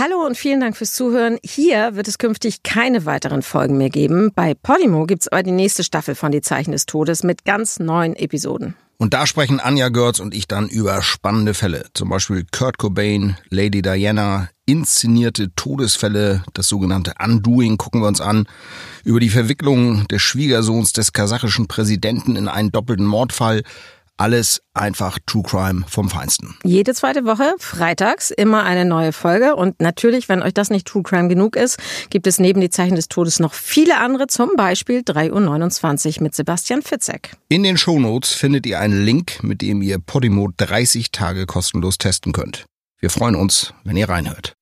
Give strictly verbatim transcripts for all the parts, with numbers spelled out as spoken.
Hallo und vielen Dank fürs Zuhören. Hier wird es künftig keine weiteren Folgen mehr geben. Bei Podimo gibt's aber die nächste Staffel von Die Zeichen des Todes mit ganz neuen Episoden. Und da sprechen Anja Görz und ich dann über spannende Fälle. Zum Beispiel Kurt Cobain, Lady Diana, inszenierte Todesfälle, das sogenannte Undoing gucken wir uns an. Über die Verwicklung des Schwiegersohns des kasachischen Präsidenten in einen doppelten Mordfall. Alles einfach True Crime vom Feinsten. Jede zweite Woche, freitags, immer eine neue Folge. Und natürlich, wenn euch das nicht True Crime genug ist, gibt es neben Die Zeichen des Todes noch viele andere, zum Beispiel drei Uhr neunundzwanzig mit Sebastian Fitzek. In den Shownotes findet ihr einen Link, mit dem ihr Podimo dreißig Tage kostenlos testen könnt. Wir freuen uns, wenn ihr reinhört.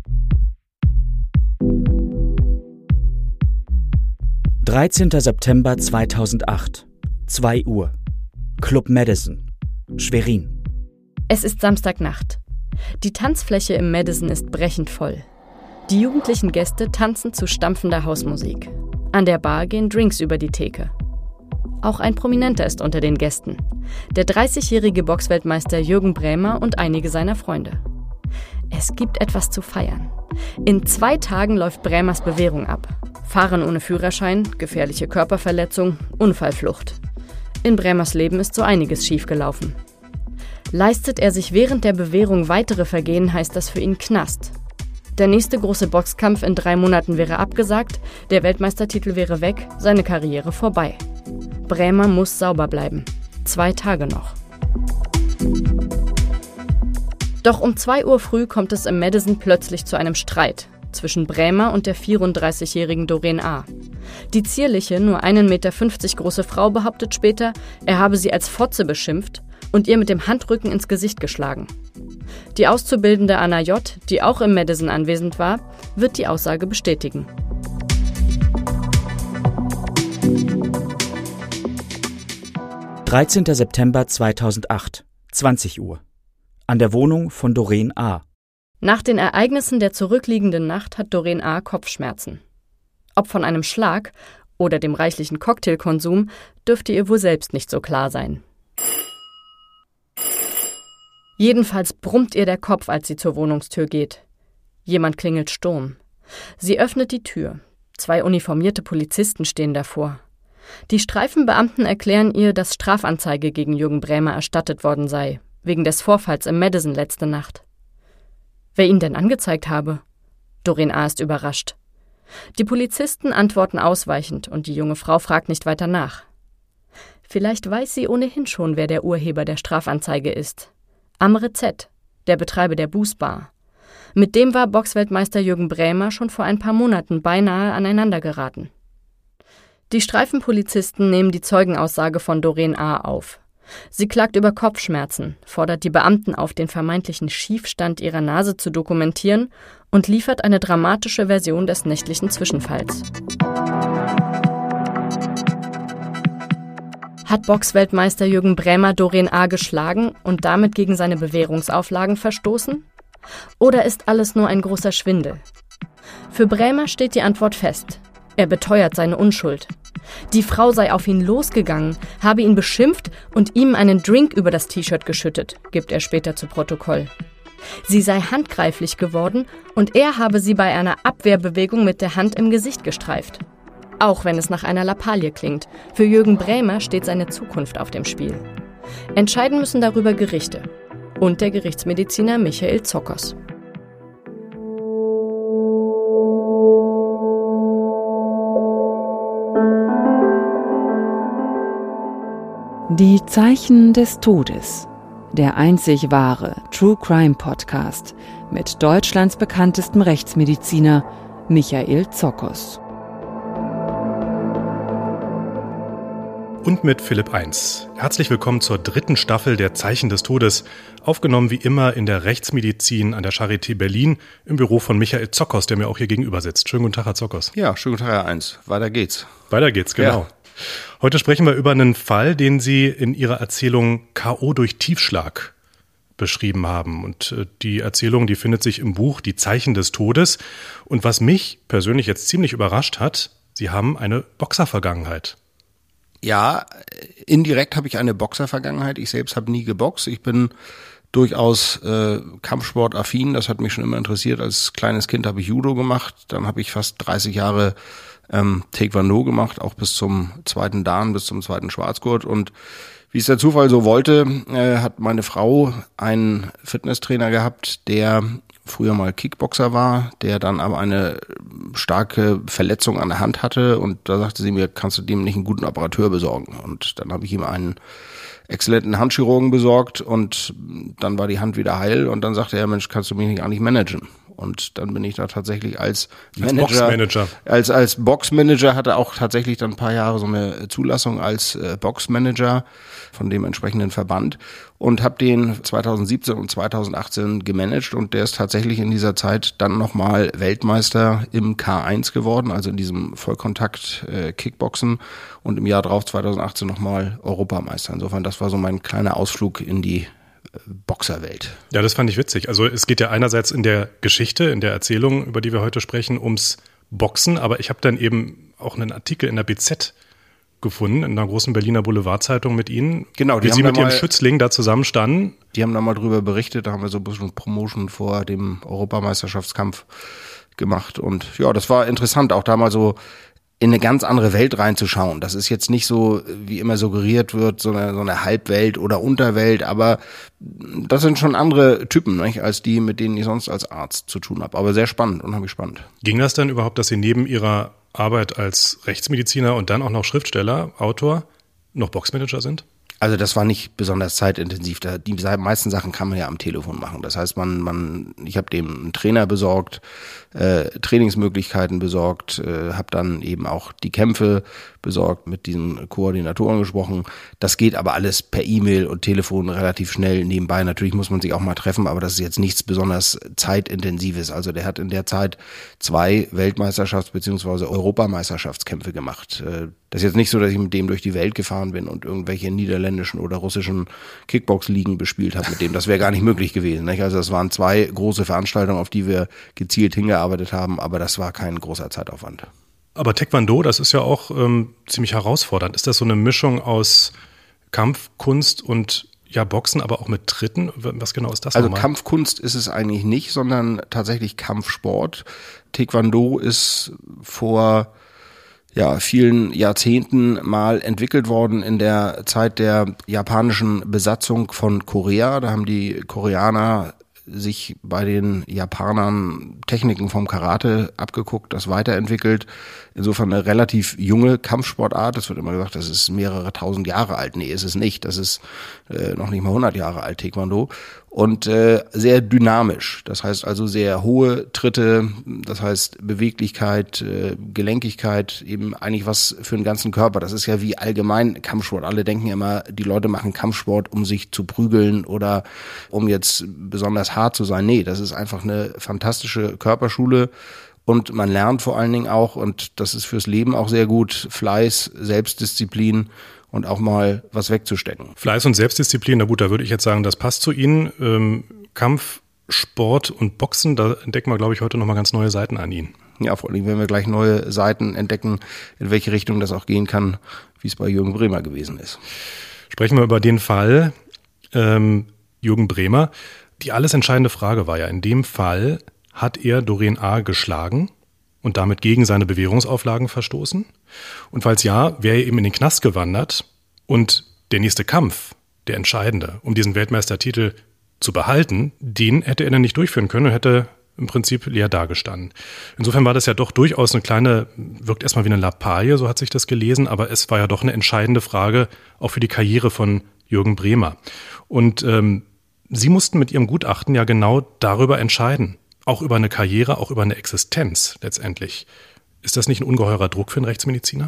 dreizehnter September zweitausendacht, zwei Uhr. Club Madison, Schwerin. Es ist Samstagnacht. Die Tanzfläche im Madison ist brechend voll. Die jugendlichen Gäste tanzen zu stampfender Hausmusik. An der Bar gehen Drinks über die Theke. Auch ein Prominenter ist unter den Gästen. Der dreißigjährige Boxweltmeister Jürgen Brähmer und einige seiner Freunde. Es gibt etwas zu feiern. In zwei Tagen läuft Brähmers Bewährung ab. Fahren ohne Führerschein, gefährliche Körperverletzung, Unfallflucht. In Brähmers Leben ist so einiges schiefgelaufen. Leistet er sich während der Bewährung weitere Vergehen, heißt das für ihn Knast. Der nächste große Boxkampf in drei Monaten wäre abgesagt, der Weltmeistertitel wäre weg, seine Karriere vorbei. Brähmer muss sauber bleiben. Zwei Tage noch. Doch um zwei Uhr früh kommt es im Madison plötzlich zu einem Streit zwischen Brähmer und der vierunddreißigjährigen Doreen A. Die zierliche, nur einen Meter fünfzig große Frau behauptet später, er habe sie als Fotze beschimpft und ihr mit dem Handrücken ins Gesicht geschlagen. Die Auszubildende Anna J., die auch im Madison anwesend war, wird die Aussage bestätigen. dreizehnter September zweitausendacht, zwanzig Uhr. An der Wohnung von Doreen A. Nach den Ereignissen der zurückliegenden Nacht hat Doreen A. Kopfschmerzen. Ob von einem Schlag oder dem reichlichen Cocktailkonsum, dürfte ihr wohl selbst nicht so klar sein. Jedenfalls brummt ihr der Kopf, als sie zur Wohnungstür geht. Jemand klingelt Sturm. Sie öffnet die Tür. Zwei uniformierte Polizisten stehen davor. Die Streifenbeamten erklären ihr, dass Strafanzeige gegen Jürgen Brähmer erstattet worden sei, wegen des Vorfalls im Madison letzte Nacht. Wer ihn denn angezeigt habe? Doreen A. ist überrascht. Die Polizisten antworten ausweichend und die junge Frau fragt nicht weiter nach. Vielleicht weiß sie ohnehin schon, wer der Urheber der Strafanzeige ist. Amre Z., der Betreiber der Bußbar. Mit dem war Boxweltmeister Jürgen Brähmer schon vor ein paar Monaten beinahe aneinander geraten. Die Streifenpolizisten nehmen die Zeugenaussage von Doreen A. auf. Sie klagt über Kopfschmerzen, fordert die Beamten auf, den vermeintlichen Schiefstand ihrer Nase zu dokumentieren und liefert eine dramatische Version des nächtlichen Zwischenfalls. Hat Boxweltmeister Jürgen Brähmer Doreen A. geschlagen und damit gegen seine Bewährungsauflagen verstoßen? Oder ist alles nur ein großer Schwindel? Für Brähmer steht die Antwort fest. Er beteuert seine Unschuld. Die Frau sei auf ihn losgegangen, habe ihn beschimpft und ihm einen Drink über das T-Shirt geschüttet, gibt er später zu Protokoll. Sie sei handgreiflich geworden und er habe sie bei einer Abwehrbewegung mit der Hand im Gesicht gestreift. Auch wenn es nach einer Lappalie klingt, für Jürgen Brähmer steht seine Zukunft auf dem Spiel. Entscheiden müssen darüber Gerichte und der Gerichtsmediziner Michael Zockers. Die Zeichen des Todes. Der einzig wahre True Crime Podcast mit Deutschlands bekanntestem Rechtsmediziner Michael Zockers. Und mit Philipp Eins. Herzlich willkommen zur dritten Staffel der Zeichen des Todes, aufgenommen wie immer in der Rechtsmedizin an der Charité Berlin im Büro von Michael Zockers, der mir auch hier gegenüber sitzt. Schönen guten Tag, Herr Zockers. Ja, schönen guten Tag, Herr Eins. Weiter geht's. Weiter geht's, genau. Ja. Heute sprechen wir über einen Fall, den Sie in Ihrer Erzählung K O durch Tiefschlag beschrieben haben. Und die Erzählung, die findet sich im Buch Die Zeichen des Todes. Und was mich persönlich jetzt ziemlich überrascht hat, Sie haben eine Boxervergangenheit. Ja, indirekt habe ich eine Boxervergangenheit. Ich selbst habe nie geboxt. Ich bin durchaus äh, kampfsportaffin. Das hat mich schon immer interessiert. Als kleines Kind habe ich Judo gemacht. Dann habe ich fast dreißig Jahre ähm, Taekwondo gemacht, auch bis zum zweiten Dan, bis zum zweiten Schwarzgurt. Und wie es der Zufall so wollte, äh, hat meine Frau einen Fitnesstrainer gehabt, der früher mal Kickboxer war, der dann aber eine starke Verletzung an der Hand hatte. Und da sagte sie mir, kannst du dem nicht einen guten Operateur besorgen? Und dann habe ich ihm einen exzellenten Handchirurgen besorgt und dann war die Hand wieder heil. Und dann sagte er, Mensch, kannst du mich nicht eigentlich managen? Und dann bin ich da tatsächlich als, als Manager, Boxmanager. Als, als Boxmanager, hatte auch tatsächlich dann ein paar Jahre so eine Zulassung als äh, Boxmanager von dem entsprechenden Verband und habe den zweitausendsiebzehn und zweitausendachtzehn gemanagt und der ist tatsächlich in dieser Zeit dann nochmal Weltmeister im K eins geworden, also in diesem Vollkontakt äh, Kickboxen und im Jahr drauf zweitausendachtzehn nochmal Europameister. Insofern, das war so mein kleiner Ausflug in die Boxerwelt. Ja, das fand ich witzig. Also es geht ja einerseits in der Geschichte, in der Erzählung, über die wir heute sprechen, ums Boxen, aber ich habe dann eben auch einen Artikel in der B Z gefunden, in einer großen Berliner Boulevardzeitung mit Ihnen, genau, die wie haben Sie mit da Ihrem mal, Schützling da zusammenstanden. Die haben da mal drüber berichtet, da haben wir so ein bisschen Promotion vor dem Europameisterschaftskampf gemacht und ja, das war interessant, auch da mal so in eine ganz andere Welt reinzuschauen. Das ist jetzt nicht so, wie immer suggeriert wird, so eine, so eine Halbwelt oder Unterwelt, aber das sind schon andere Typen, nicht, als die, mit denen ich sonst als Arzt zu tun habe. Aber sehr spannend, unheimlich spannend. Ging das dann überhaupt, dass Sie neben Ihrer Arbeit als Rechtsmediziner und dann auch noch Schriftsteller, Autor, noch Boxmanager sind? Also das war nicht besonders zeitintensiv. Da, die meisten Sachen kann man ja am Telefon machen. Das heißt, man, man, ich habe dem einen Trainer besorgt, äh, Trainingsmöglichkeiten besorgt, äh, habe dann eben auch die Kämpfe besorgt, mit diesen Koordinatoren gesprochen. Das geht aber alles per E-Mail und Telefon relativ schnell nebenbei. Natürlich muss man sich auch mal treffen, aber das ist jetzt nichts besonders zeitintensives. Also der hat in der Zeit zwei Weltmeisterschafts- bzw. Europameisterschaftskämpfe gemacht. Äh, das ist jetzt nicht so, dass ich mit dem durch die Welt gefahren bin und irgendwelche niederländischen oder russischen Kickbox-Ligen bespielt habe mit dem. Das wäre gar nicht möglich gewesen, nicht? Also das waren zwei große Veranstaltungen, auf die wir gezielt hingearbeitet haben, aber das war kein großer Zeitaufwand. Aber Taekwondo, das ist ja auch ähm, ziemlich herausfordernd. Ist das so eine Mischung aus Kampfkunst und ja Boxen, aber auch mit Tritten? Was genau ist das Also nochmal? Kampfkunst ist es eigentlich nicht, sondern tatsächlich Kampfsport. Taekwondo ist vor ja vielen Jahrzehnten mal entwickelt worden in der Zeit der japanischen Besatzung von Korea. Da haben die Koreaner sich bei den Japanern Techniken vom Karate abgeguckt, das weiterentwickelt. Insofern eine relativ junge Kampfsportart. Es wird immer gesagt, das ist mehrere tausend Jahre alt. Nee, ist es nicht. Das ist äh, noch nicht mal hundert Jahre alt, Taekwondo. Und äh, sehr dynamisch. Das heißt also sehr hohe Tritte, das heißt Beweglichkeit, äh, Gelenkigkeit, eben eigentlich was für den ganzen Körper. Das ist ja wie allgemein Kampfsport. Alle denken immer, die Leute machen Kampfsport, um sich zu prügeln oder um jetzt besonders hart zu sein. Nee, das ist einfach eine fantastische Körperschule. Und man lernt vor allen Dingen auch, und das ist fürs Leben auch sehr gut, Fleiß, Selbstdisziplin und auch mal was wegzustecken. Fleiß und Selbstdisziplin, na gut, da würde ich jetzt sagen, das passt zu Ihnen. Ähm, Kampf, Sport und Boxen, da entdecken wir, glaube ich, heute nochmal ganz neue Seiten an Ihnen. Ja, vor allem, wenn wir gleich neue Seiten entdecken, in welche Richtung das auch gehen kann, wie es bei Jürgen Bremer gewesen ist. Sprechen wir über den Fall ähm, Jürgen Bremer. Die alles entscheidende Frage war ja, in dem Fall hat er Doreen A. geschlagen und damit gegen seine Bewährungsauflagen verstoßen? Und falls ja, wäre er eben in den Knast gewandert und der nächste Kampf, der entscheidende, um diesen Weltmeistertitel zu behalten, den hätte er dann nicht durchführen können und hätte im Prinzip leer dagestanden. Insofern war das ja doch durchaus eine kleine, wirkt erstmal wie eine Lappalie, so hat sich das gelesen, aber es war ja doch eine entscheidende Frage, auch für die Karriere von Jürgen Bremer. Und ähm, Sie mussten mit Ihrem Gutachten ja genau darüber entscheiden, auch über eine Karriere, auch über eine Existenz letztendlich. Ist das nicht ein ungeheurer Druck für einen Rechtsmediziner?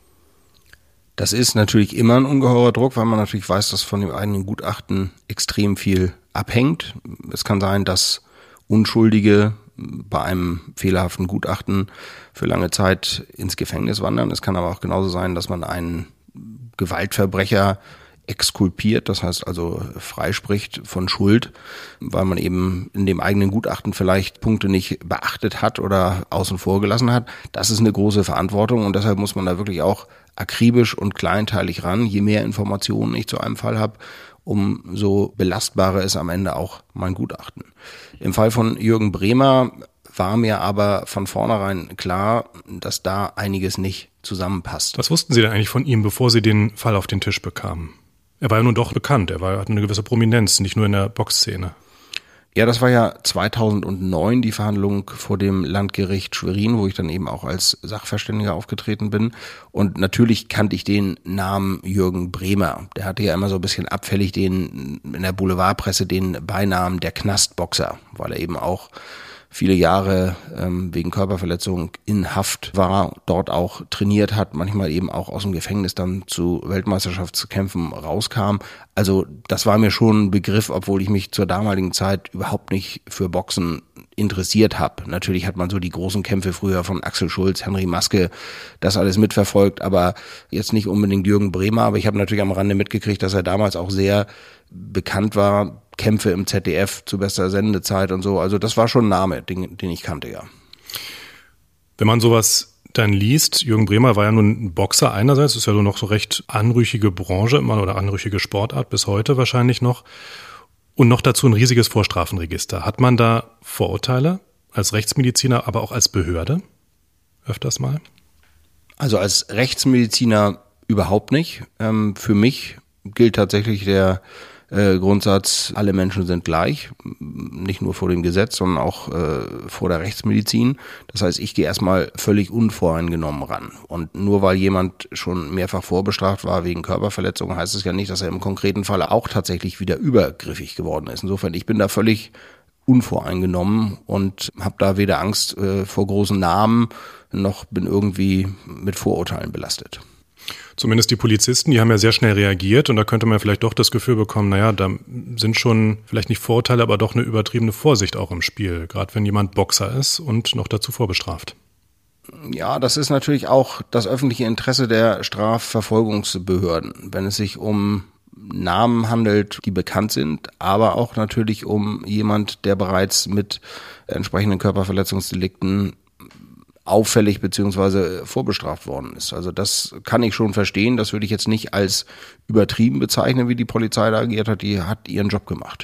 Das ist natürlich immer ein ungeheurer Druck, weil man natürlich weiß, dass von dem eigenen Gutachten extrem viel abhängt. Es kann sein, dass Unschuldige bei einem fehlerhaften Gutachten für lange Zeit ins Gefängnis wandern. Es kann aber auch genauso sein, dass man einen Gewaltverbrecher exkulpiert, das heißt also freispricht von Schuld, weil man eben in dem eigenen Gutachten vielleicht Punkte nicht beachtet hat oder außen vor gelassen hat. Das ist eine große Verantwortung und deshalb muss man da wirklich auch akribisch und kleinteilig ran. Je mehr Informationen ich zu einem Fall habe, umso belastbarer ist am Ende auch mein Gutachten. Im Fall von Jürgen Bremer war mir aber von vornherein klar, dass da einiges nicht zusammenpasst. Was wussten Sie denn eigentlich von ihm, bevor Sie den Fall auf den Tisch bekamen? Er war ja nun doch bekannt, er war, hatte eine gewisse Prominenz, nicht nur in der Boxszene. Ja, das war ja zweitausendneun die Verhandlung vor dem Landgericht Schwerin, wo ich dann eben auch als Sachverständiger aufgetreten bin. Und natürlich kannte ich den Namen Jürgen Bremer. Der hatte ja immer so ein bisschen abfällig den in der Boulevardpresse den Beinamen der Knastboxer, weil er eben auch viele Jahre ähm, wegen Körperverletzung in Haft war, dort auch trainiert hat, manchmal eben auch aus dem Gefängnis dann zu Weltmeisterschaftskämpfen rauskam. Also das war mir schon ein Begriff, obwohl ich mich zur damaligen Zeit überhaupt nicht für Boxen interessiert habe. Natürlich hat man so die großen Kämpfe früher von Axel Schulz, Henry Maske, das alles mitverfolgt, aber jetzt nicht unbedingt Jürgen Bremer. Aber ich habe natürlich am Rande mitgekriegt, dass er damals auch sehr bekannt war, Kämpfe im Z D F zu bester Sendezeit und so. Also das war schon ein Name, den, den ich kannte, ja. Wenn man sowas dann liest, Jürgen Bremer war ja nun ein Boxer einerseits, ist ja so noch so recht anrüchige Branche immer oder anrüchige Sportart bis heute wahrscheinlich noch. Und noch dazu ein riesiges Vorstrafenregister. Hat man da Vorurteile als Rechtsmediziner, aber auch als Behörde öfters mal? Also als Rechtsmediziner überhaupt nicht. Ähm, für mich gilt tatsächlich der Äh, Grundsatz, alle Menschen sind gleich, nicht nur vor dem Gesetz, sondern auch äh, vor der Rechtsmedizin. Das heißt, ich gehe erstmal völlig unvoreingenommen ran. Und nur weil jemand schon mehrfach vorbestraft war wegen Körperverletzung, heißt es ja nicht, dass er im konkreten Falle auch tatsächlich wieder übergriffig geworden ist. Insofern, ich bin da völlig unvoreingenommen und habe da weder Angst äh, vor großen Namen, noch bin irgendwie mit Vorurteilen belastet. Zumindest die Polizisten, die haben ja sehr schnell reagiert und da könnte man vielleicht doch das Gefühl bekommen, naja, da sind schon vielleicht nicht Vorurteile, aber doch eine übertriebene Vorsicht auch im Spiel, gerade wenn jemand Boxer ist und noch dazu vorbestraft. Ja, das ist natürlich auch das öffentliche Interesse der Strafverfolgungsbehörden, wenn es sich um Namen handelt, die bekannt sind, aber auch natürlich um jemand, der bereits mit entsprechenden Körperverletzungsdelikten auffällig bzw. vorbestraft worden ist. Also das kann ich schon verstehen. Das würde ich jetzt nicht als übertrieben bezeichnen, wie die Polizei da agiert hat. Die hat ihren Job gemacht.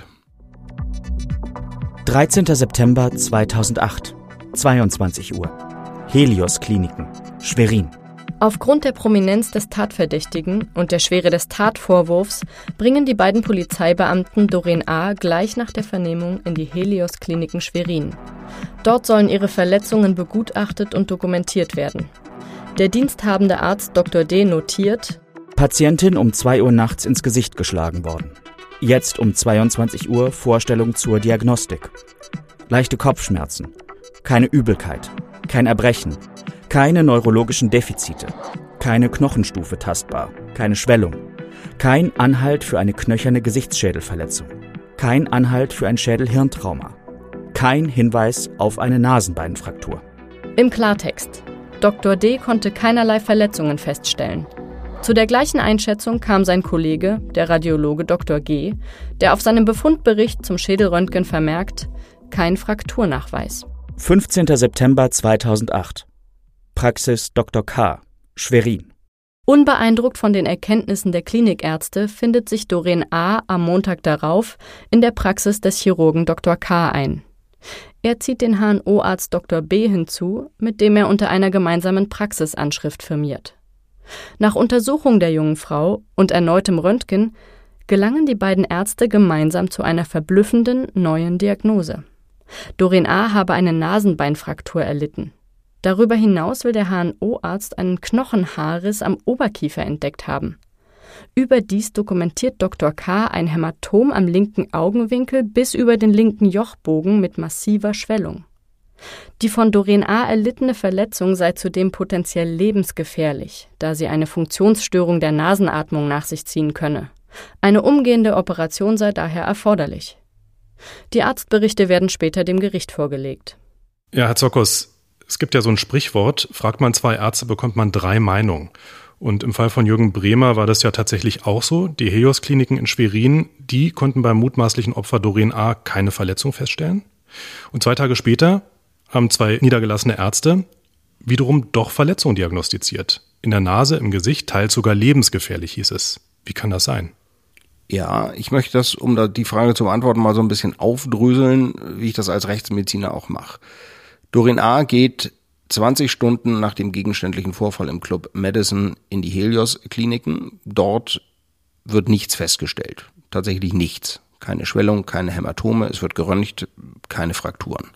dreizehnter September zweitausendacht, zweiundzwanzig Uhr. Helios Kliniken, Schwerin. Aufgrund der Prominenz des Tatverdächtigen und der Schwere des Tatvorwurfs bringen die beiden Polizeibeamten Doreen A. gleich nach der Vernehmung in die Helios Kliniken Schwerin. Dort sollen ihre Verletzungen begutachtet und dokumentiert werden. Der diensthabende Arzt Doktor D. notiert: Patientin um zwei Uhr nachts ins Gesicht geschlagen worden. Jetzt um zweiundzwanzig Uhr Vorstellung zur Diagnostik. Leichte Kopfschmerzen, keine Übelkeit, kein Erbrechen, keine neurologischen Defizite, keine Knochenstufe tastbar, keine Schwellung, kein Anhalt für eine knöcherne Gesichtsschädelverletzung, kein Anhalt für ein Schädel-Hirntrauma, kein Hinweis auf eine Nasenbeinfraktur. Im Klartext: Doktor D. konnte keinerlei Verletzungen feststellen. Zu der gleichen Einschätzung kam sein Kollege, der Radiologe Doktor G., der auf seinem Befundbericht zum Schädelröntgen vermerkt: kein Frakturnachweis. fünfzehnter September zweitausendacht. Praxis Doktor K., Schwerin. Unbeeindruckt von den Erkenntnissen der Klinikärzte findet sich Doreen A. am Montag darauf in der Praxis des Chirurgen Doktor K. ein. Er zieht den H N O-Arzt Doktor B. hinzu, mit dem er unter einer gemeinsamen Praxisanschrift firmiert. Nach Untersuchung der jungen Frau und erneutem Röntgen gelangen die beiden Ärzte gemeinsam zu einer verblüffenden neuen Diagnose. Doreen A. habe eine Nasenbeinfraktur erlitten. Darüber hinaus will der H N O-Arzt einen Knochenhaarriss am Oberkiefer entdeckt haben. Überdies dokumentiert Doktor K. ein Hämatom am linken Augenwinkel bis über den linken Jochbogen mit massiver Schwellung. Die von Doreen A. erlittene Verletzung sei zudem potenziell lebensgefährlich, da sie eine Funktionsstörung der Nasenatmung nach sich ziehen könne. Eine umgehende Operation sei daher erforderlich. Die Arztberichte werden später dem Gericht vorgelegt. Ja, Herr Zokos, es gibt ja so ein Sprichwort, fragt man zwei Ärzte, bekommt man drei Meinungen. Und im Fall von Jürgen Bremer war das ja tatsächlich auch so. Die Helios-Kliniken in Schwerin, die konnten beim mutmaßlichen Opfer Doreen A. keine Verletzung feststellen. Und zwei Tage später haben zwei niedergelassene Ärzte wiederum doch Verletzungen diagnostiziert. In der Nase, im Gesicht, teils sogar lebensgefährlich, hieß es. Wie kann das sein? Ja, ich möchte das, um da die Frage zu beantworten, mal so ein bisschen aufdröseln, wie ich das als Rechtsmediziner auch mache. Doreen A. geht zwanzig Stunden nach dem gegenständlichen Vorfall im Club Madison in die Helios-Kliniken. Dort wird nichts festgestellt. Tatsächlich nichts. Keine Schwellung, keine Hämatome, es wird geröntgt, keine Frakturen.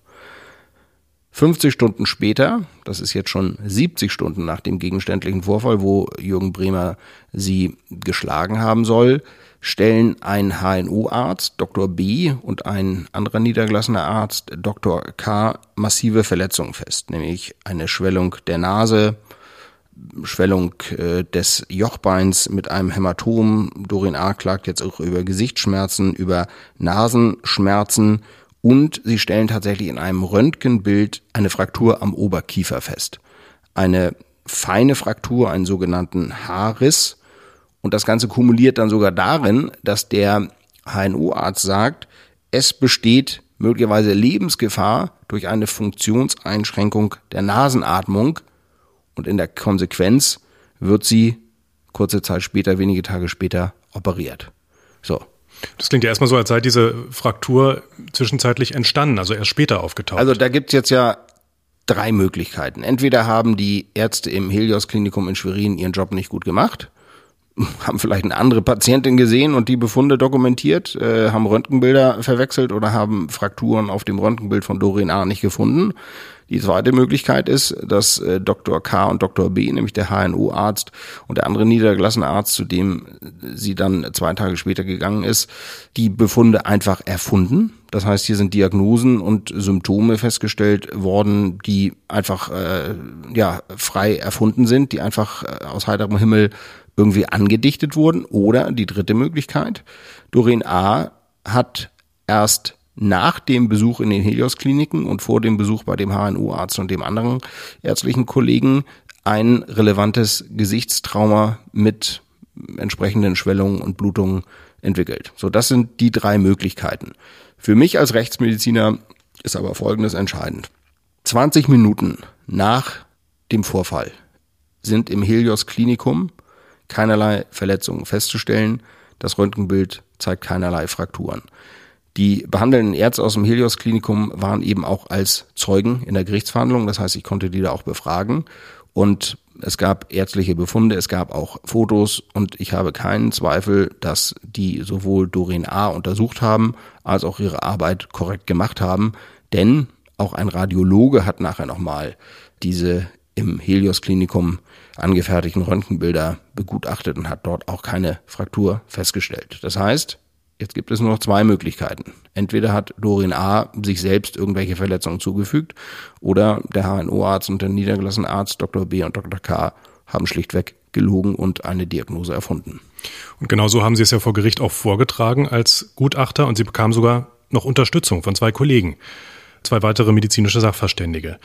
fünfzig Stunden später, das ist jetzt schon siebzig Stunden nach dem gegenständlichen Vorfall, wo Jürgen Bremer sie geschlagen haben soll, stellen ein H N O-Arzt, Doktor B, und ein anderer niedergelassener Arzt, Doktor K, massive Verletzungen fest, nämlich eine Schwellung der Nase, Schwellung äh, des Jochbeins mit einem Hämatom. Doreen A. klagt jetzt auch über Gesichtsschmerzen, über Nasenschmerzen und sie stellen tatsächlich in einem Röntgenbild eine Fraktur am Oberkiefer fest. Eine feine Fraktur, einen sogenannten Haarriss. Und das Ganze kumuliert dann sogar darin, dass der H N O-Arzt sagt, es besteht möglicherweise Lebensgefahr durch eine Funktionseinschränkung der Nasenatmung. Und in der Konsequenz wird sie kurze Zeit später, wenige Tage später, operiert. So. Das klingt ja erstmal so, als sei diese Fraktur zwischenzeitlich entstanden, also erst später aufgetaucht. Also da gibt's jetzt ja drei Möglichkeiten. Entweder haben die Ärzte im Helios-Klinikum in Schwerin ihren Job nicht gut gemacht, haben vielleicht eine andere Patientin gesehen und die Befunde dokumentiert, äh, haben Röntgenbilder verwechselt oder haben Frakturen auf dem Röntgenbild von Doreen A. nicht gefunden. Die zweite Möglichkeit ist, dass äh, Doktor K. und Doktor B., nämlich der H N O-Arzt und der andere niedergelassene Arzt, zu dem sie dann zwei Tage später gegangen ist, die Befunde einfach erfunden. Das heißt, hier sind Diagnosen und Symptome festgestellt worden, die einfach äh, ja frei erfunden sind, die einfach äh, aus heiterem Himmel irgendwie angedichtet wurden. Oder die dritte Möglichkeit, Doreen A. hat erst nach dem Besuch in den Helios-Kliniken und vor dem Besuch bei dem H N O-Arzt und dem anderen ärztlichen Kollegen ein relevantes Gesichtstrauma mit entsprechenden Schwellungen und Blutungen entwickelt. So, das sind die drei Möglichkeiten. Für mich als Rechtsmediziner ist aber Folgendes entscheidend. zwanzig Minuten nach dem Vorfall sind im Helios-Klinikum keinerlei Verletzungen festzustellen. Das Röntgenbild zeigt keinerlei Frakturen. Die behandelnden Ärzte aus dem Helios-Klinikum waren eben auch als Zeugen in der Gerichtsverhandlung. Das heißt, ich konnte die da auch befragen. Und es gab ärztliche Befunde, es gab auch Fotos und ich habe keinen Zweifel, dass die sowohl Doreen A. untersucht haben, als auch ihre Arbeit korrekt gemacht haben. Denn auch ein Radiologe hat nachher nochmal diese im Helios-Klinikum angefertigten Röntgenbilder begutachtet und hat dort auch keine Fraktur festgestellt. Das heißt, jetzt gibt es nur noch zwei Möglichkeiten. Entweder hat Doreen A. sich selbst irgendwelche Verletzungen zugefügt oder der H N O-Arzt und der niedergelassene Arzt Doktor B. und Doktor K. haben schlichtweg gelogen und eine Diagnose erfunden. Und genau so haben Sie es ja vor Gericht auch vorgetragen als Gutachter und Sie bekamen sogar noch Unterstützung von zwei Kollegen, zwei weitere medizinische Sachverständige.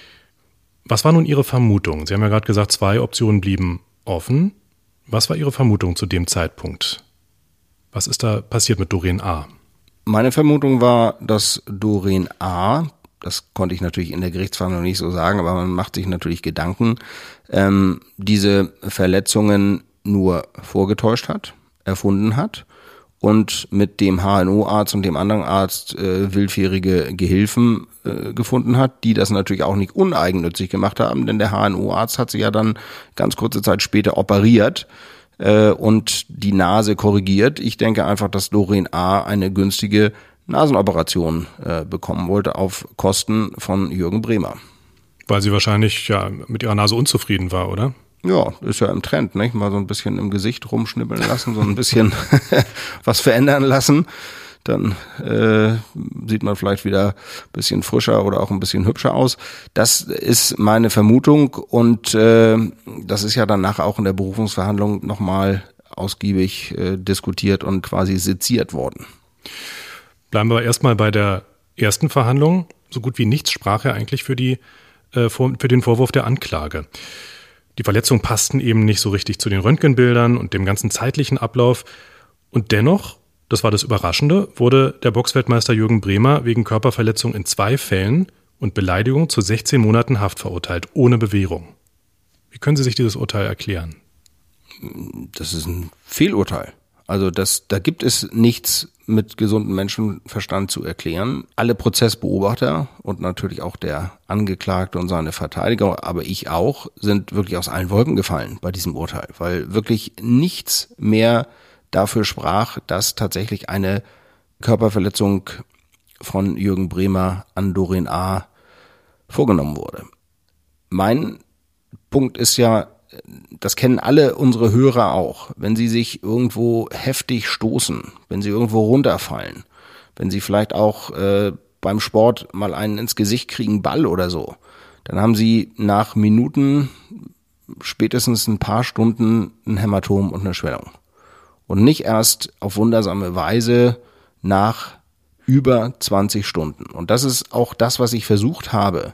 Was war nun Ihre Vermutung? Sie haben ja gerade gesagt, zwei Optionen blieben offen. Was war Ihre Vermutung zu dem Zeitpunkt? Was ist da passiert mit Doreen A.? Meine Vermutung war, dass Doreen A., das konnte ich natürlich in der Gerichtsverhandlung nicht so sagen, aber man macht sich natürlich Gedanken, ähm, diese Verletzungen nur vorgetäuscht hat, erfunden hat und mit dem H N O-Arzt und dem anderen Arzt äh, willfährige Gehilfen äh, gefunden hat, die das natürlich auch nicht uneigennützig gemacht haben, denn der H N O-Arzt hat sie ja dann ganz kurze Zeit später operiert äh, und die Nase korrigiert. Ich denke einfach, dass Doreen A. eine günstige Nasenoperation äh, bekommen wollte auf Kosten von Jürgen Bremer. Weil sie wahrscheinlich ja mit ihrer Nase unzufrieden war, oder? Ja, ist ja im Trend, nicht? Mal so ein bisschen im Gesicht rumschnippeln lassen, so ein bisschen was verändern lassen. Dann äh, sieht man vielleicht wieder ein bisschen frischer oder auch ein bisschen hübscher aus. Das ist meine Vermutung und äh, das ist ja dann nachher auch in der Berufungsverhandlung nochmal ausgiebig äh, diskutiert und quasi seziert worden. Bleiben wir erstmal bei der ersten Verhandlung. So gut wie nichts sprach er eigentlich für die äh, für den Vorwurf der Anklage. Die Verletzungen passten eben nicht so richtig zu den Röntgenbildern und dem ganzen zeitlichen Ablauf. Und dennoch, das war das Überraschende, wurde der Boxweltmeister Jürgen Bremer wegen Körperverletzung in zwei Fällen und Beleidigung zu sechzehn Monaten Haft verurteilt, ohne Bewährung. Wie können Sie sich dieses Urteil erklären? Das ist ein Fehlurteil. Also das, da gibt es nichts mit gesundem Menschenverstand zu erklären. Alle Prozessbeobachter und natürlich auch der Angeklagte und seine Verteidiger, aber ich auch, sind wirklich aus allen Wolken gefallen bei diesem Urteil, weil wirklich nichts mehr dafür sprach, dass tatsächlich eine Körperverletzung von Jürgen Bremer an Doreen A. vorgenommen wurde. Mein Punkt ist ja, das kennen alle unsere Hörer auch, wenn sie sich irgendwo heftig stoßen, wenn sie irgendwo runterfallen, wenn sie vielleicht auch äh, beim Sport mal einen ins Gesicht kriegen, Ball oder so, dann haben sie nach Minuten, spätestens ein paar Stunden ein Hämatom und eine Schwellung. Und nicht erst auf wundersame Weise nach über zwanzig Stunden. Und das ist auch das, was ich versucht habe,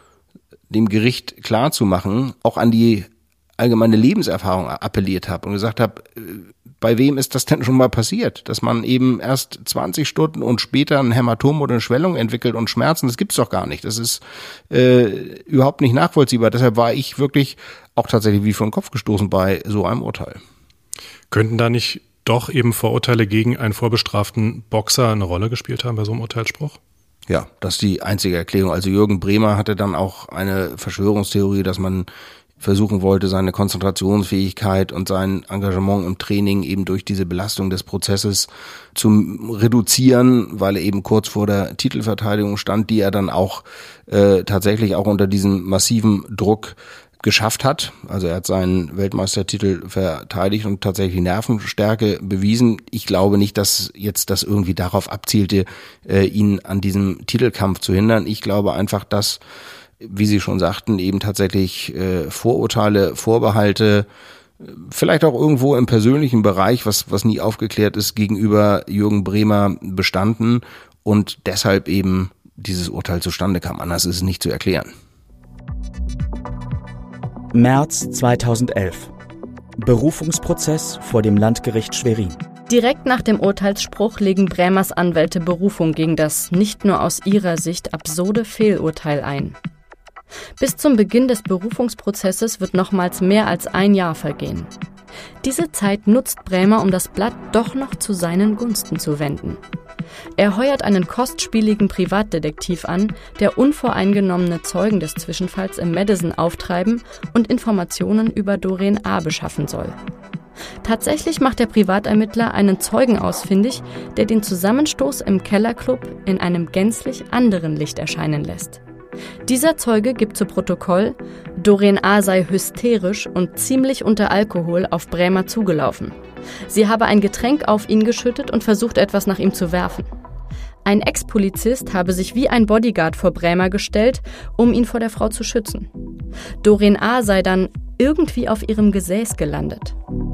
dem Gericht klarzumachen, auch an die allgemeine Lebenserfahrung appelliert habe und gesagt habe, bei wem ist das denn schon mal passiert, dass man eben erst zwanzig Stunden und später ein Hämatom oder eine Schwellung entwickelt und Schmerzen, das gibt's doch gar nicht. Das ist äh, überhaupt nicht nachvollziehbar. Deshalb war ich wirklich auch tatsächlich wie vor den Kopf gestoßen bei so einem Urteil. Könnten da nicht doch eben Vorurteile gegen einen vorbestraften Boxer eine Rolle gespielt haben bei so einem Urteilsspruch? Ja, das ist die einzige Erklärung. Also Jürgen Bremer hatte dann auch eine Verschwörungstheorie, dass man versuchen wollte, seine Konzentrationsfähigkeit und sein Engagement im Training eben durch diese Belastung des Prozesses zu reduzieren, weil er eben kurz vor der Titelverteidigung stand, die er dann auch äh, tatsächlich auch unter diesem massiven Druck geschafft hat. Also er hat seinen Weltmeistertitel verteidigt und tatsächlich Nervenstärke bewiesen. Ich glaube nicht, dass jetzt das irgendwie darauf abzielte, äh, ihn an diesem Titelkampf zu hindern. Ich glaube einfach, dass, wie Sie schon sagten, eben tatsächlich äh, Vorurteile, Vorbehalte, vielleicht auch irgendwo im persönlichen Bereich, was was nie aufgeklärt ist, gegenüber Jürgen Bremer bestanden und deshalb eben dieses Urteil zustande kam. Anders ist es nicht zu erklären. März zweitausendelf. Berufungsprozess vor dem Landgericht Schwerin. Direkt nach dem Urteilsspruch legen Bremers Anwälte Berufung gegen das nicht nur aus ihrer Sicht absurde Fehlurteil ein. Bis zum Beginn des Berufungsprozesses wird nochmals mehr als ein Jahr vergehen. Diese Zeit nutzt Bremer, um das Blatt doch noch zu seinen Gunsten zu wenden. Er heuert einen kostspieligen Privatdetektiv an, der unvoreingenommene Zeugen des Zwischenfalls im Madison auftreiben und Informationen über Doreen A. beschaffen soll. Tatsächlich macht der Privatermittler einen Zeugen ausfindig, der den Zusammenstoß im Kellerclub in einem gänzlich anderen Licht erscheinen lässt. Dieser Zeuge gibt zu Protokoll, Doreen A. sei hysterisch und ziemlich unter Alkohol auf Bremer zugelaufen. Sie habe ein Getränk auf ihn geschüttet und versucht, etwas nach ihm zu werfen. Ein Ex-Polizist habe sich wie ein Bodyguard vor Bremer gestellt, um ihn vor der Frau zu schützen. Doreen A. sei dann irgendwie auf ihrem Gesäß gelandet.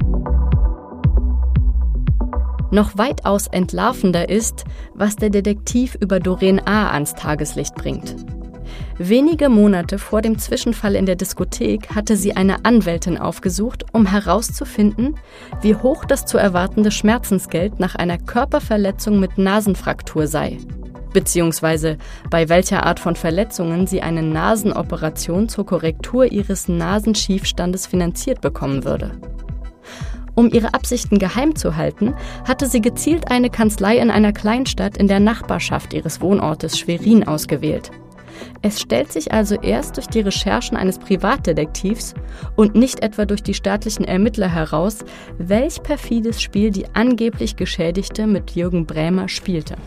Noch weitaus entlarvender ist, was der Detektiv über Doreen A. ans Tageslicht bringt. Wenige Monate vor dem Zwischenfall in der Diskothek hatte sie eine Anwältin aufgesucht, um herauszufinden, wie hoch das zu erwartende Schmerzensgeld nach einer Körperverletzung mit Nasenfraktur sei, beziehungsweise bei welcher Art von Verletzungen sie eine Nasenoperation zur Korrektur ihres Nasenschiefstandes finanziert bekommen würde. Um ihre Absichten geheim zu halten, hatte sie gezielt eine Kanzlei in einer Kleinstadt in der Nachbarschaft ihres Wohnortes Schwerin ausgewählt. Es stellt sich also erst durch die Recherchen eines Privatdetektivs und nicht etwa durch die staatlichen Ermittler heraus, welch perfides Spiel die angeblich Geschädigte mit Jürgen Bremer spielte.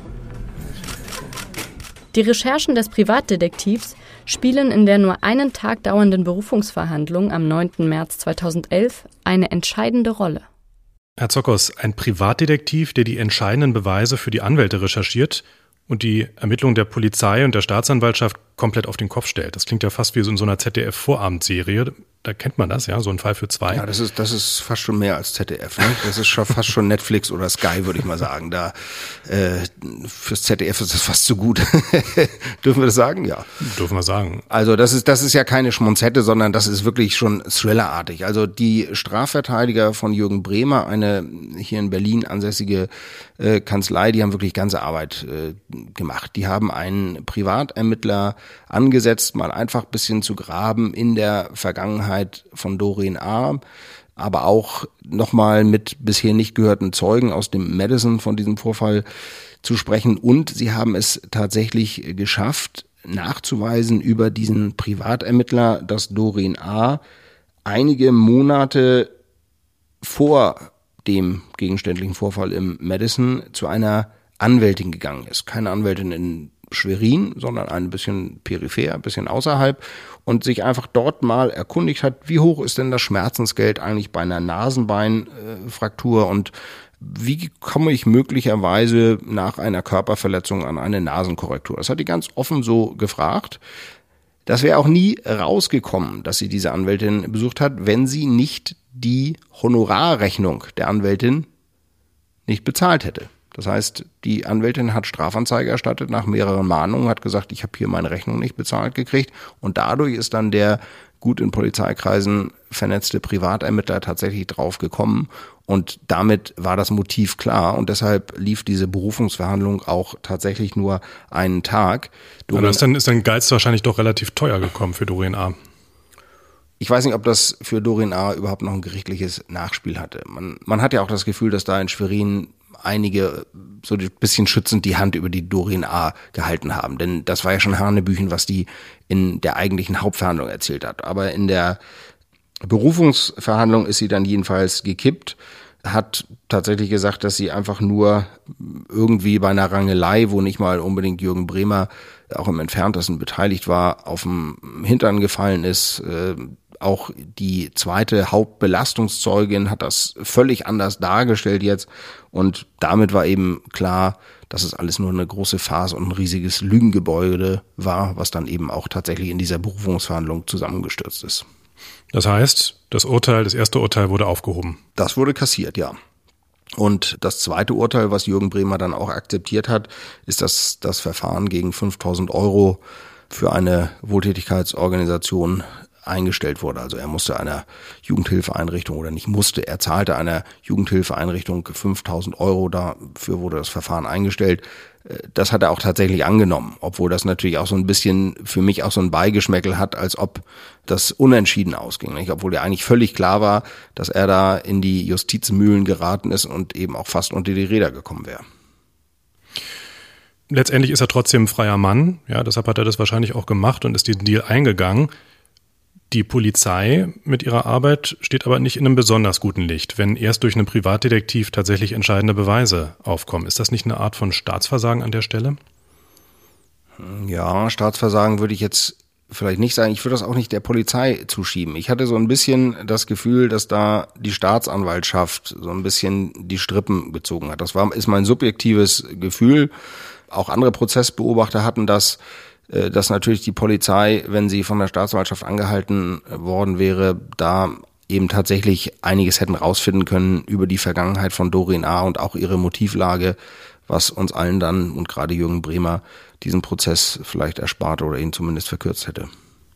Die Recherchen des Privatdetektivs spielen in der nur einen Tag dauernden Berufungsverhandlung am neunten März zweitausendelf eine entscheidende Rolle. Herr Zockers, ein Privatdetektiv, der die entscheidenden Beweise für die Anwälte recherchiert und die Ermittlungen der Polizei und der Staatsanwaltschaft komplett auf den Kopf stellt. Das klingt ja fast wie so in so einer Z D F-Vorabendserie. Da kennt man das, ja, so ein Fall für zwei. Ja, das ist das ist fast schon mehr als Z D F, ne? Das ist schon fast schon Netflix oder Sky, würde ich mal sagen. Da äh, fürs Z D F ist das fast zu gut. Dürfen wir das sagen? Ja. Dürfen wir sagen. Also das ist das ist ja keine Schmonzette, sondern das ist wirklich schon thrillerartig. Also die Strafverteidiger von Jürgen Bremer, eine hier in Berlin ansässige äh, Kanzlei, die haben wirklich ganze Arbeit äh, gemacht. Die haben einen Privatermittler angesetzt, mal einfach ein bisschen zu graben in der Vergangenheit von Doreen A., aber auch nochmal mit bisher nicht gehörten Zeugen aus dem Madison von diesem Vorfall zu sprechen. Und sie haben es tatsächlich geschafft, nachzuweisen über diesen Privatermittler, dass Doreen A. einige Monate vor dem gegenständlichen Vorfall im Madison zu einer Anwältin gegangen ist. Keine Anwältin in Schwerin, sondern ein bisschen peripher, ein bisschen außerhalb und sich einfach dort mal erkundigt hat, wie hoch ist denn das Schmerzensgeld eigentlich bei einer Nasenbeinfraktur und wie komme ich möglicherweise nach einer Körperverletzung an eine Nasenkorrektur? Das hat die ganz offen so gefragt. Das wäre auch nie rausgekommen, dass sie diese Anwältin besucht hat, wenn sie nicht die Honorarrechnung der Anwältin nicht bezahlt hätte. Das heißt, die Anwältin hat Strafanzeige erstattet nach mehreren Mahnungen, hat gesagt, ich habe hier meine Rechnung nicht bezahlt gekriegt und dadurch ist dann der gut in Polizeikreisen vernetzte Privatermittler tatsächlich drauf gekommen und damit war das Motiv klar und deshalb lief diese Berufungsverhandlung auch tatsächlich nur einen Tag. Aber das dann ist dann Geiz wahrscheinlich doch relativ teuer gekommen für Doreen A. Ich weiß nicht, ob das für Doreen A. überhaupt noch ein gerichtliches Nachspiel hatte. Man, man hat ja auch das Gefühl, dass da in Schwerin einige so ein bisschen schützend die Hand über die Doreen A. gehalten haben. Denn das war ja schon Hanebüchen, was die in der eigentlichen Hauptverhandlung erzählt hat. Aber in der Berufungsverhandlung ist sie dann jedenfalls gekippt, hat tatsächlich gesagt, dass sie einfach nur irgendwie bei einer Rangelei, wo nicht mal unbedingt Jürgen Bremer auch im Entferntesten beteiligt war, auf dem Hintern gefallen ist. Auch die zweite Hauptbelastungszeugin hat das völlig anders dargestellt jetzt und damit war eben klar, dass es alles nur eine große Farce und ein riesiges Lügengebäude war, was dann eben auch tatsächlich in dieser Berufungsverhandlung zusammengestürzt ist. Das heißt, das Urteil, das erste Urteil wurde aufgehoben? Das wurde kassiert, ja. Und das zweite Urteil, was Jürgen Bremer dann auch akzeptiert hat, ist, dass das Verfahren gegen fünftausend Euro für eine Wohltätigkeitsorganisation eingestellt wurde. Also er musste einer Jugendhilfeeinrichtung oder nicht musste, er zahlte einer Jugendhilfeeinrichtung fünftausend Euro, dafür wurde das Verfahren eingestellt. Das hat er auch tatsächlich angenommen, obwohl das natürlich auch so ein bisschen für mich auch so ein Beigeschmäckel hat, als ob das unentschieden ausging, nicht? Obwohl ja eigentlich völlig klar war, dass er da in die Justizmühlen geraten ist und eben auch fast unter die Räder gekommen wäre. Letztendlich ist er trotzdem ein freier Mann, ja, deshalb hat er das wahrscheinlich auch gemacht und ist diesen Deal eingegangen. Die Polizei mit ihrer Arbeit steht aber nicht in einem besonders guten Licht, wenn erst durch einen Privatdetektiv tatsächlich entscheidende Beweise aufkommen. Ist das nicht eine Art von Staatsversagen an der Stelle? Ja, Staatsversagen würde ich jetzt vielleicht nicht sagen. Ich würde das auch nicht der Polizei zuschieben. Ich hatte so ein bisschen das Gefühl, dass da die Staatsanwaltschaft so ein bisschen die Strippen gezogen hat. Das war, ist mein subjektives Gefühl. Auch andere Prozessbeobachter hatten das, dass natürlich die Polizei, wenn sie von der Staatsanwaltschaft angehalten worden wäre, da eben tatsächlich einiges hätten rausfinden können über die Vergangenheit von Doreen A. und auch ihre Motivlage, was uns allen dann und gerade Jürgen Bremer diesen Prozess vielleicht erspart oder ihn zumindest verkürzt hätte.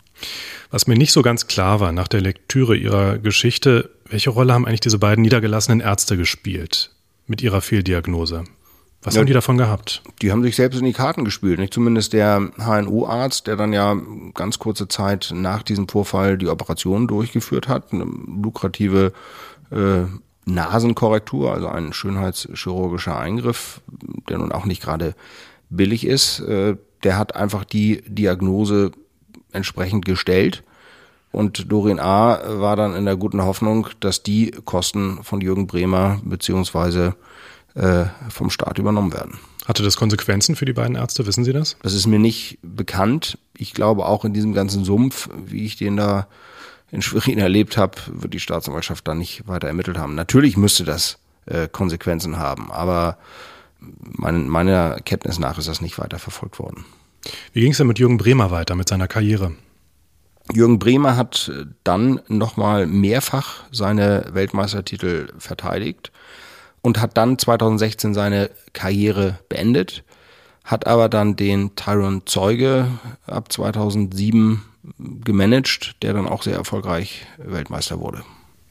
Was mir nicht so ganz klar war nach der Lektüre ihrer Geschichte, welche Rolle haben eigentlich diese beiden niedergelassenen Ärzte gespielt mit ihrer Fehldiagnose? Was ja, haben die davon gehabt? Die haben sich selbst in die Karten gespielt. Nicht? Zumindest der H N O-Arzt, der dann ja ganz kurze Zeit nach diesem Vorfall die Operation durchgeführt hat. Eine lukrative äh, Nasenkorrektur, also ein schönheitschirurgischer Eingriff, der nun auch nicht gerade billig ist. Äh, der hat einfach die Diagnose entsprechend gestellt. Und Doreen A. war dann in der guten Hoffnung, dass die Kosten von Jürgen Bremer beziehungsweise vom Staat übernommen werden. Hatte das Konsequenzen für die beiden Ärzte? Wissen Sie das? Das ist mir nicht bekannt. Ich glaube, auch in diesem ganzen Sumpf, wie ich den da in Schwerin erlebt habe, wird die Staatsanwaltschaft da nicht weiter ermittelt haben. Natürlich müsste das äh, Konsequenzen haben, aber mein, meiner Kenntnis nach ist das nicht weiter verfolgt worden. Wie ging es denn mit Jürgen Bremer weiter, mit seiner Karriere? Jürgen Bremer hat dann nochmal mehrfach seine Weltmeistertitel verteidigt und hat dann zweitausendsechzehn seine Karriere beendet, hat aber dann den Tyrone Zeuge ab zweitausendsieben gemanagt, der dann auch sehr erfolgreich Weltmeister wurde.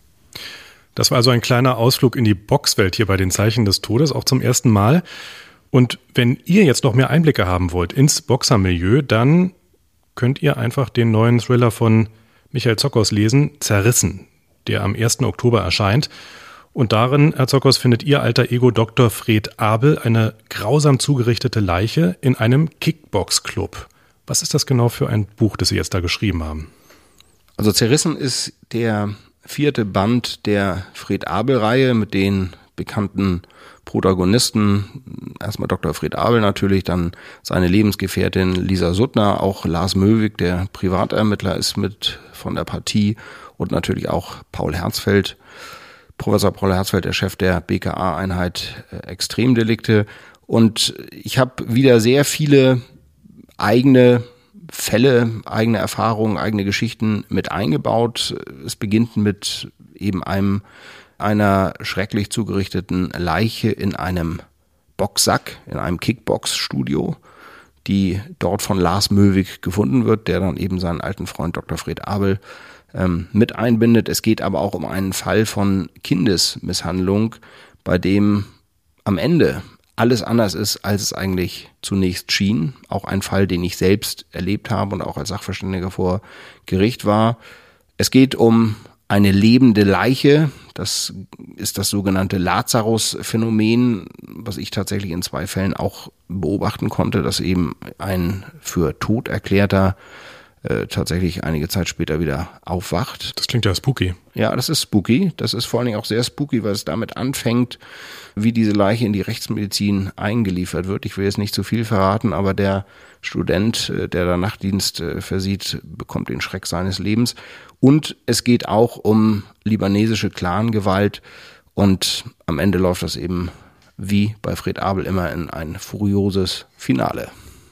Das war also ein kleiner Ausflug in die Boxwelt hier bei den Zeichen des Todes, auch zum ersten Mal. Und wenn ihr jetzt noch mehr Einblicke haben wollt ins Boxermilieu, dann könnt ihr einfach den neuen Thriller von Michael Zockhaus lesen, Zerrissen. der am ersten Oktober erscheint. Und darin, Herr Zockers, findet Ihr alter Ego Doktor Fred Abel eine grausam zugerichtete Leiche in einem Kickbox-Club. Was ist das genau für ein Buch, das Sie jetzt da geschrieben haben? Also Zerrissen ist der vierte Band der Fred Abel-Reihe mit den bekannten Protagonisten. Erstmal Doktor Fred Abel natürlich, dann seine Lebensgefährtin Lisa Suttner, auch Lars Möwig, der Privatermittler, ist mit von der Partie und natürlich auch Paul Herzfeld, Professor Paul Herzfeld, der Chef der B K A-Einheit äh, Extremdelikte. Und ich habe wieder sehr viele eigene Fälle, eigene Erfahrungen, eigene Geschichten mit eingebaut. Es beginnt mit eben einem einer schrecklich zugerichteten Leiche in einem Boxsack, in einem Kickbox-Studio, die dort von Lars Möwig gefunden wird, der dann eben seinen alten Freund Doktor Fred Abel ähm, mit einbindet. Es geht aber auch um einen Fall von Kindesmisshandlung, bei dem am Ende alles anders ist, als es eigentlich zunächst schien. Auch ein Fall, den ich selbst erlebt habe und auch als Sachverständiger vor Gericht war. Es geht um eine lebende Leiche. Das ist das sogenannte Lazarus-Phänomen, was ich tatsächlich in zwei Fällen auch beobachten konnte, dass eben ein für tot erklärter äh, tatsächlich einige Zeit später wieder aufwacht. Das klingt ja spooky. Ja, das ist spooky. Das ist vor allen Dingen auch sehr spooky, weil es damit anfängt, wie diese Leiche in die Rechtsmedizin eingeliefert wird. Ich will jetzt nicht zu viel verraten, aber der Student, der da Nachtdienst versieht, bekommt den Schreck seines Lebens. Und es geht auch um libanesische Clangewalt und am Ende läuft das eben wie bei Fred Abel immer in ein furioses Finale.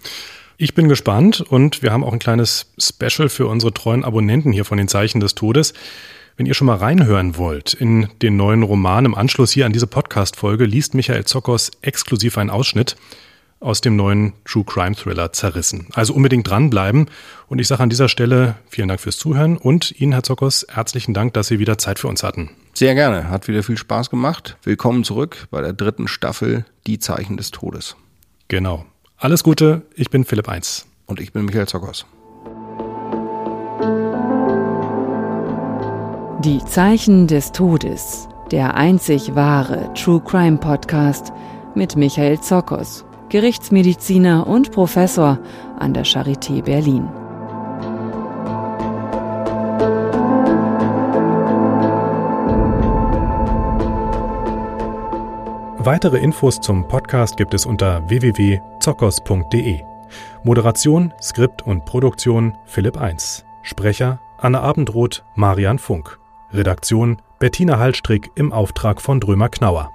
Ich bin gespannt und wir haben auch ein kleines Special für unsere treuen Abonnenten hier von den Zeichen des Todes. Wenn ihr schon mal reinhören wollt in den neuen Roman im Anschluss hier an diese Podcast-Folge, liest Michael Zockers exklusiv einen Ausschnitt aus dem neuen True Crime Thriller Zerrissen. Also unbedingt dranbleiben. Und ich sage an dieser Stelle vielen Dank fürs Zuhören und Ihnen, Herr Zockers, herzlichen Dank, dass Sie wieder Zeit für uns hatten. Sehr gerne, hat wieder viel Spaß gemacht. Willkommen zurück bei der dritten Staffel Die Zeichen des Todes. Genau. Alles Gute, ich bin Philipp Eins. Und ich bin Michael Zockers. Die Zeichen des Todes, der einzig wahre True Crime Podcast mit Michael Zockers, Gerichtsmediziner und Professor an der Charité Berlin. Weitere Infos zum Podcast gibt es unter w w w punkt zockers punkt d e. Moderation, Skript und Produktion Philipp Eins. Sprecher Anne Abendroth, Marian Funk. Redaktion Bettina Hallstrick im Auftrag von Drömer Knauer.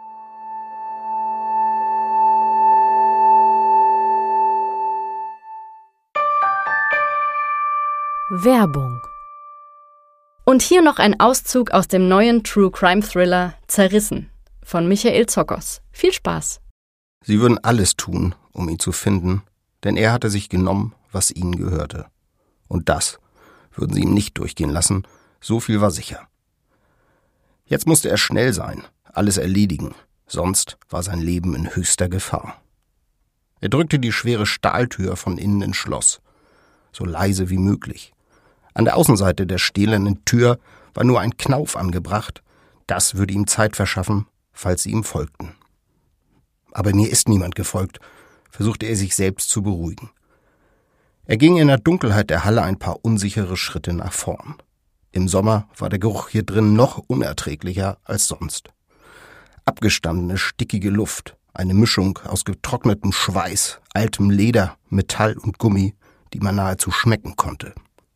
Werbung. Und hier noch ein Auszug aus dem neuen True Crime Thriller Zerrissen von Michael Zockers. Viel Spaß. Sie würden alles tun, um ihn zu finden, denn er hatte sich genommen, was ihnen gehörte. Und das würden sie ihm nicht durchgehen lassen, so viel war sicher. Jetzt musste er schnell sein, alles erledigen, sonst war sein Leben in höchster Gefahr. Er drückte die schwere Stahltür von innen ins Schloss, so leise wie möglich. An der Außenseite der stählernen Tür war nur ein Knauf angebracht, das würde ihm Zeit verschaffen, falls sie ihm folgten. Aber mir ist niemand gefolgt, versuchte er sich selbst zu beruhigen. Er ging in der Dunkelheit der Halle ein paar unsichere Schritte nach vorn. Im Sommer war der Geruch hier drin noch unerträglicher als sonst. Abgestandene, stickige Luft, eine Mischung aus getrocknetem Schweiß, altem Leder, Metall und Gummi, die man nahezu schmecken konnte.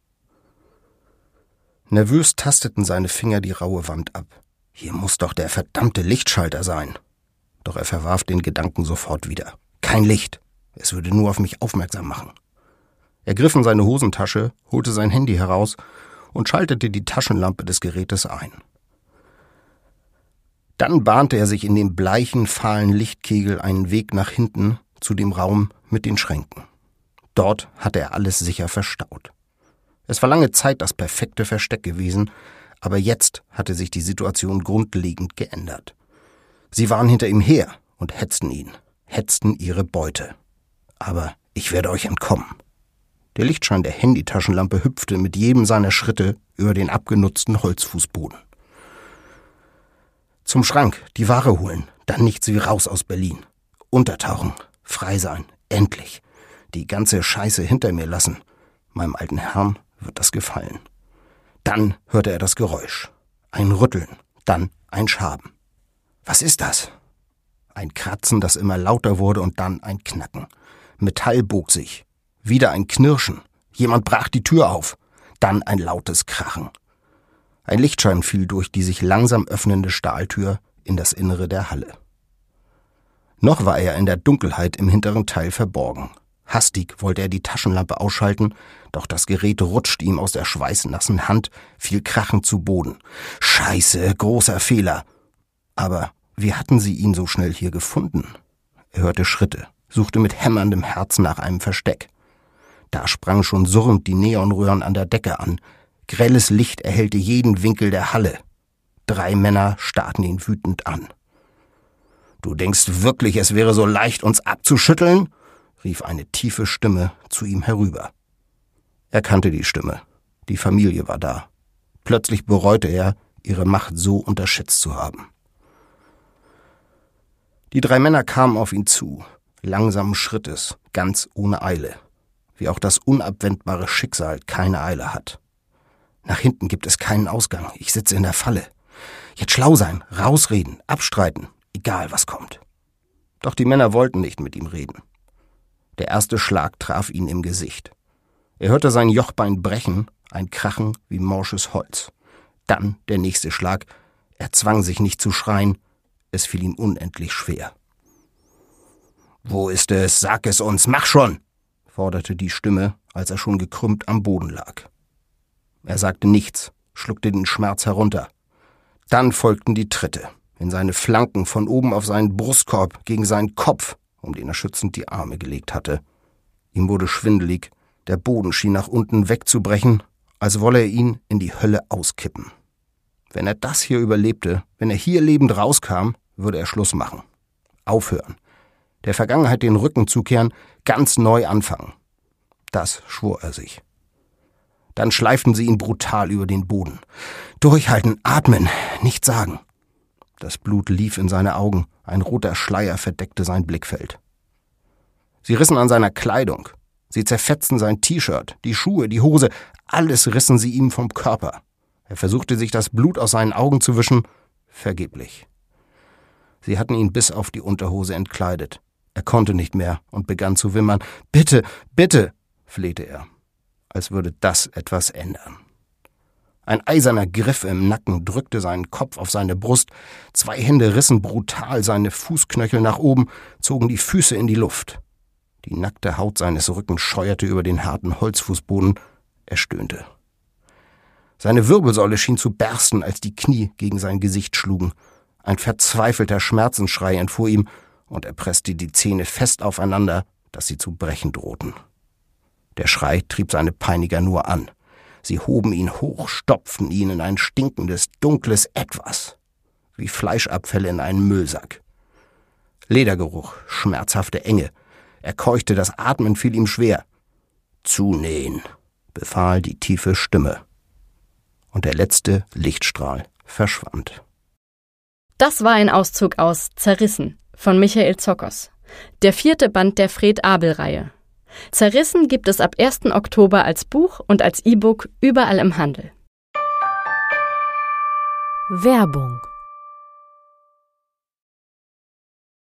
Nervös tasteten seine Finger die raue Wand ab. Hier muss doch der verdammte Lichtschalter sein. Doch er verwarf den Gedanken sofort wieder. Kein Licht. Es würde nur auf mich aufmerksam machen. Er griff in seine Hosentasche, holte sein Handy heraus und schaltete die Taschenlampe des Gerätes ein. Dann bahnte er sich in dem bleichen, fahlen Lichtkegel einen Weg nach hinten zu dem Raum mit den Schränken. Dort hatte er alles sicher verstaut. Es war lange Zeit das perfekte Versteck gewesen, aber jetzt hatte sich die Situation grundlegend geändert. Sie waren hinter ihm her und hetzten ihn, hetzten ihre Beute. Aber ich werde euch entkommen. Der Lichtschein der Handytaschenlampe hüpfte mit jedem seiner Schritte über den abgenutzten Holzfußboden. Zum Schrank, die Ware holen, dann nichts wie raus aus Berlin. Untertauchen, frei sein, endlich. Die ganze Scheiße hinter mir lassen. Meinem alten Herrn wird das gefallen. Dann hörte er das Geräusch. Ein Rütteln, dann ein Schaben. Was ist das? Ein Kratzen, das immer lauter wurde und dann ein Knacken. Metall bog sich. Wieder ein Knirschen. Jemand brach die Tür auf. Dann ein lautes Krachen. Ein Lichtschein fiel durch die sich langsam öffnende Stahltür in das Innere der Halle. Noch war er in der Dunkelheit im hinteren Teil verborgen. Hastig wollte er die Taschenlampe ausschalten, doch das Gerät rutschte ihm aus der schweißnassen Hand, fiel krachend zu Boden. Scheiße, großer Fehler. Aber wie hatten sie ihn so schnell hier gefunden? Er hörte Schritte, suchte mit hämmerndem Herzen nach einem Versteck. Da sprangen schon surrend die Neonröhren an der Decke an. Grelles Licht erhellte jeden Winkel der Halle. Drei Männer starrten ihn wütend an. »Du denkst wirklich, es wäre so leicht, uns abzuschütteln?« rief eine tiefe Stimme zu ihm herüber. Er kannte die Stimme. Die Familie war da. Plötzlich bereute er, ihre Macht so unterschätzt zu haben. Die drei Männer kamen auf ihn zu, langsamen Schrittes, ganz ohne Eile. Wie auch das unabwendbare Schicksal keine Eile hat. Nach hinten gibt es keinen Ausgang. Ich sitze in der Falle. Jetzt schlau sein, rausreden, abstreiten, egal was kommt. Doch die Männer wollten nicht mit ihm reden. Der erste Schlag traf ihn im Gesicht. Er hörte sein Jochbein brechen, ein Krachen wie morsches Holz. Dann der nächste Schlag. Er zwang sich nicht zu schreien. Es fiel ihm unendlich schwer. »Wo ist es? Sag es uns, mach schon!« forderte die Stimme, als er schon gekrümmt am Boden lag. Er sagte nichts, schluckte den Schmerz herunter. Dann folgten die Tritte, in seine Flanken, von oben auf seinen Brustkorb, gegen seinen Kopf, um den er schützend die Arme gelegt hatte. Ihm wurde schwindelig, der Boden schien nach unten wegzubrechen, als wolle er ihn in die Hölle auskippen. Wenn er das hier überlebte, wenn er hier lebend rauskam, würde er Schluss machen. Aufhören. Der Vergangenheit den Rücken zukehren, ganz neu anfangen. Das schwor er sich. Dann schleiften sie ihn brutal über den Boden. Durchhalten, atmen, nichts sagen. Das Blut lief in seine Augen, ein roter Schleier verdeckte sein Blickfeld. Sie rissen an seiner Kleidung. Sie zerfetzten sein T-Shirt, die Schuhe, die Hose, alles rissen sie ihm vom Körper. Er versuchte sich das Blut aus seinen Augen zu wischen, vergeblich. Sie hatten ihn bis auf die Unterhose entkleidet. Er konnte nicht mehr und begann zu wimmern. »Bitte, bitte«, flehte er, als würde das etwas ändern. Ein eiserner Griff im Nacken drückte seinen Kopf auf seine Brust, zwei Hände rissen brutal seine Fußknöchel nach oben, zogen die Füße in die Luft. Die nackte Haut seines Rückens scheuerte über den harten Holzfußboden, er stöhnte. Seine Wirbelsäule schien zu bersten, als die Knie gegen sein Gesicht schlugen. Ein verzweifelter Schmerzensschrei entfuhr ihm, und er presste die Zähne fest aufeinander, dass sie zu brechen drohten. Der Schrei trieb seine Peiniger nur an. Sie hoben ihn hoch, stopften ihn in ein stinkendes, dunkles Etwas, wie Fleischabfälle in einen Müllsack. Ledergeruch, schmerzhafte Enge. Er keuchte, das Atmen fiel ihm schwer. »Zunähen«, befahl die tiefe Stimme. Und der letzte Lichtstrahl verschwand. Das war ein Auszug aus »Zerrissen« von Michael Zokos, der vierte Band der Fred-Abel-Reihe. »Zerrissen« gibt es ab ersten Oktober als Buch und als E-Book überall im Handel. Werbung